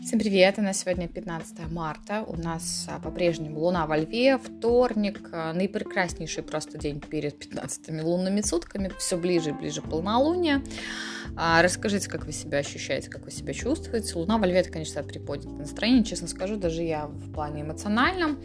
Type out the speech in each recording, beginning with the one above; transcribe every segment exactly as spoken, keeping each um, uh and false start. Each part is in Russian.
Всем привет! У нас сегодня пятнадцатое марта. У нас а, по-прежнему Луна во Льве, вторник, а, наипрекраснейший просто день перед пятнадцатыми лунными сутками. Все ближе и ближе полнолуние. А, расскажите, как вы себя ощущаете, как вы себя чувствуете. Луна во Льве — это, конечно, приподнятое настроение. Честно скажу, даже я в плане эмоциональном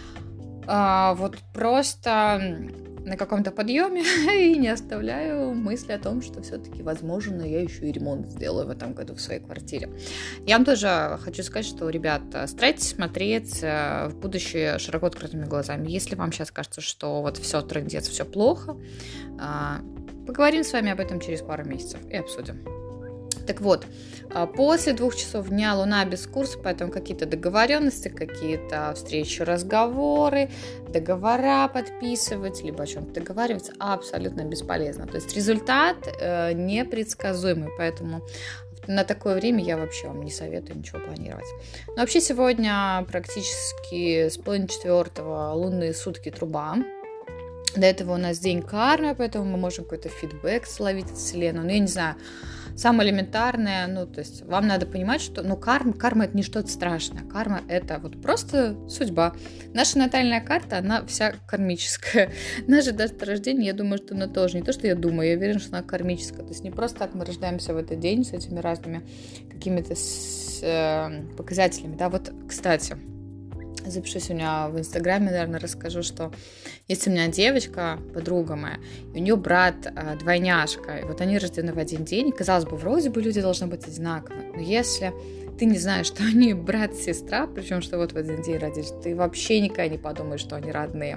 а, вот просто на каком-то подъеме и не оставляю мысли о том, что все-таки, возможно, я еще и ремонт сделаю в этом году в своей квартире. Я вам тоже хочу сказать, что, ребята, старайтесь смотреть в будущее широко открытыми глазами. Если вам сейчас кажется, что вот все трындец, все плохо, поговорим с вами об этом через пару месяцев и обсудим. Так вот, после двух часов дня Луна без курса, поэтому какие-то договоренности, какие-то встречи, разговоры, договора подписывать, либо о чем-то договариваться абсолютно бесполезно. То есть результат э, непредсказуемый, поэтому на такое время я вообще вам не советую ничего планировать. Но вообще сегодня практически с половины четвертого лунные сутки труба. До этого у нас день кармы, поэтому мы можем какой-то фидбэк словить от Вселенной. Ну, я не знаю, самое элементарное, ну, то есть вам надо понимать, что, ну, карма, карма — это не что-то страшное. Карма — это вот просто судьба. Наша натальная карта, она вся кармическая. Наша дата рождения, я думаю, что она тоже, не то, что я думаю, я уверена, что она кармическая. То есть не просто так мы рождаемся в этот день с этими разными какими-то с, э, показателями. Да, вот, кстати, запишу сегодня в Инстаграме, наверное, расскажу, что есть у меня девочка, подруга моя, и у нее брат а, двойняшка, и вот они рождены в один день, и, казалось бы, вроде бы люди должны быть одинаковы, но если ты не знаешь, что они брат и сестра, причем что вот в один день родились, ты вообще никогда не подумаешь, что они родные.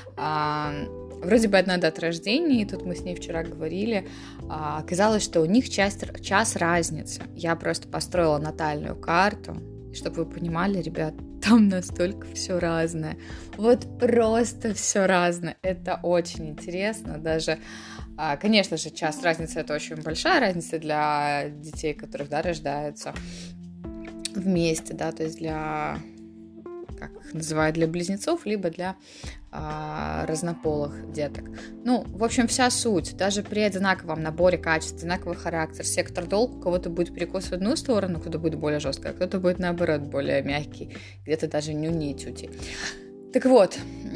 А, вроде бы одна дата рождения, и тут мы с ней вчера говорили, а, оказалось, что у них час, час разницы. Я просто построила натальную карту, и чтобы вы понимали, ребят, там настолько все разное. Вот просто все разное. Это очень интересно. Даже, конечно же, час разницы — это очень большая разница для детей, которых, да, рождаются вместе, да, то есть для, как их называют, для близнецов, либо для а, разнополых деток. Ну, в общем, вся суть. Даже при одинаковом наборе качеств, одинаковый характер, сектор долг, у кого-то будет перекос в одну сторону, кто-то будет более жесткий, а кто-то будет, наоборот, более мягкий, где-то даже нюни и тюти. Так вот,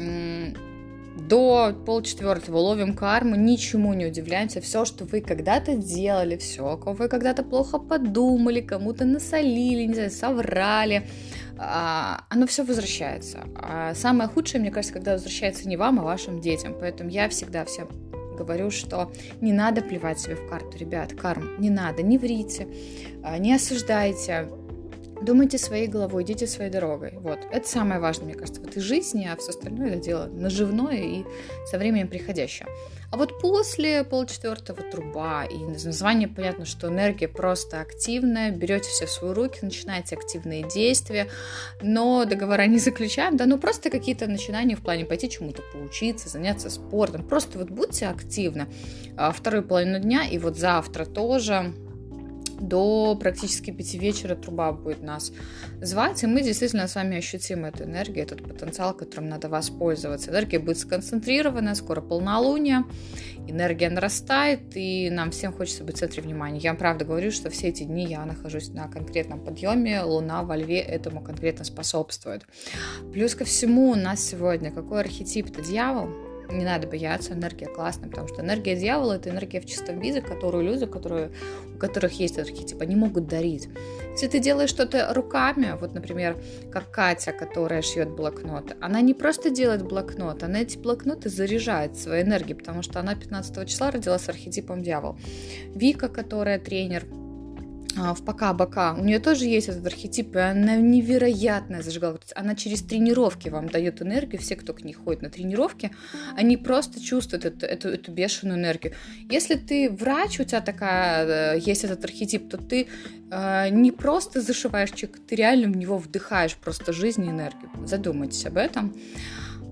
до полчетвертого ловим карму, ничему не удивляемся. Все, что вы когда-то делали, все, о ком вы когда-то плохо подумали, кому-то насолили, не знаю, соврали, оно все возвращается. А самое худшее, мне кажется, когда возвращается не вам, а вашим детям. Поэтому я всегда всем говорю, что не надо плевать себе в карту, ребят, карму, не надо, не врите, не осуждайте. Думайте своей головой, идите своей дорогой. Вот. Это самое важное, мне кажется, в этой жизни, а все остальное — это дело наживное и со временем приходящее. А вот после полчетвертого труба, и из названия понятно, что энергия просто активная, берете все в свои руки, начинаете активные действия, но договора не заключаем, да, ну просто какие-то начинания в плане пойти чему-то поучиться, заняться спортом, просто вот будьте активны. Вторую половину дня и вот завтра тоже до практически пяти вечера труба будет нас звать, и мы действительно с вами ощутим эту энергию, этот потенциал, которым надо воспользоваться. Энергия будет сконцентрирована, скоро полнолуние, энергия нарастает, и нам всем хочется быть в центре внимания. Я вам правда говорю, что все эти дни я нахожусь на конкретном подъеме, Луна во Льве этому конкретно способствует. Плюс ко всему у нас сегодня какой архетип? Это дьявол. Не надо бояться, энергия классная, потому что энергия дьявола — это энергия в чистом виде, которую люди, которые, у которых есть этот архетип, они могут дарить. Если ты делаешь что-то руками, вот, например, как Катя, которая шьет блокноты, она не просто делает блокнот, она эти блокноты заряжает своей энергией, потому что она пятнадцатого числа родилась с архетипом дьявол. Вика, которая тренер в пока-бока, у нее тоже есть этот архетип, и она невероятная зажигалка. Она через тренировки вам дает энергию. Все, кто к ней ходит на тренировки, они просто чувствуют эту, эту, эту бешеную энергию. Если ты врач, у тебя такая есть этот архетип, то ты э, не просто зашиваешь человека, ты реально в него вдыхаешь просто жизнь и энергию. Задумайтесь об этом.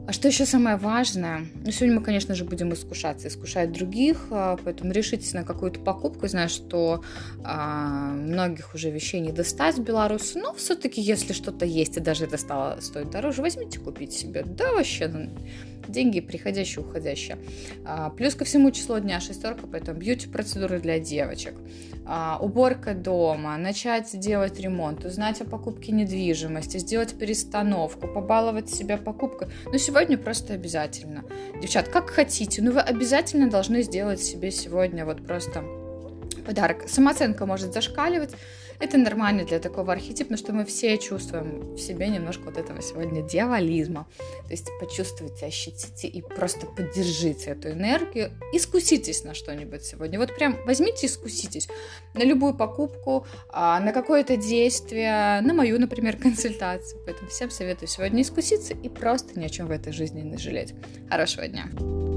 А что еще самое важное? Ну, сегодня мы, конечно же, будем искушаться, искушать других, поэтому решитесь на какую-то покупку. Знаю, что а, многих уже вещей не достать в Беларуси, но все-таки, если что-то есть, и даже это стало стоить дороже, возьмите, купите себе. Да, вообще, деньги приходящие, уходящие. А, плюс ко всему число дня шестерка, поэтому бьюти-процедуры для девочек, а, уборка дома, начать делать ремонт, узнать о покупке недвижимости, сделать перестановку, побаловать себя покупкой. Но сегодня просто обязательно. Девчат, как хотите, но вы обязательно должны сделать себе сегодня вот просто подарок. Самооценка может зашкаливать. Это нормально для такого архетипа, но что мы все чувствуем в себе немножко вот этого сегодня дьяволизма. То есть почувствуйте, ощутите и просто поддержите эту энергию. Искуситесь на что-нибудь сегодня. Вот прям возьмите, искуситесь на любую покупку, на какое-то действие, на мою, например, консультацию. Поэтому всем советую сегодня искуситься и просто ни о чем в этой жизни не жалеть. Хорошего дня!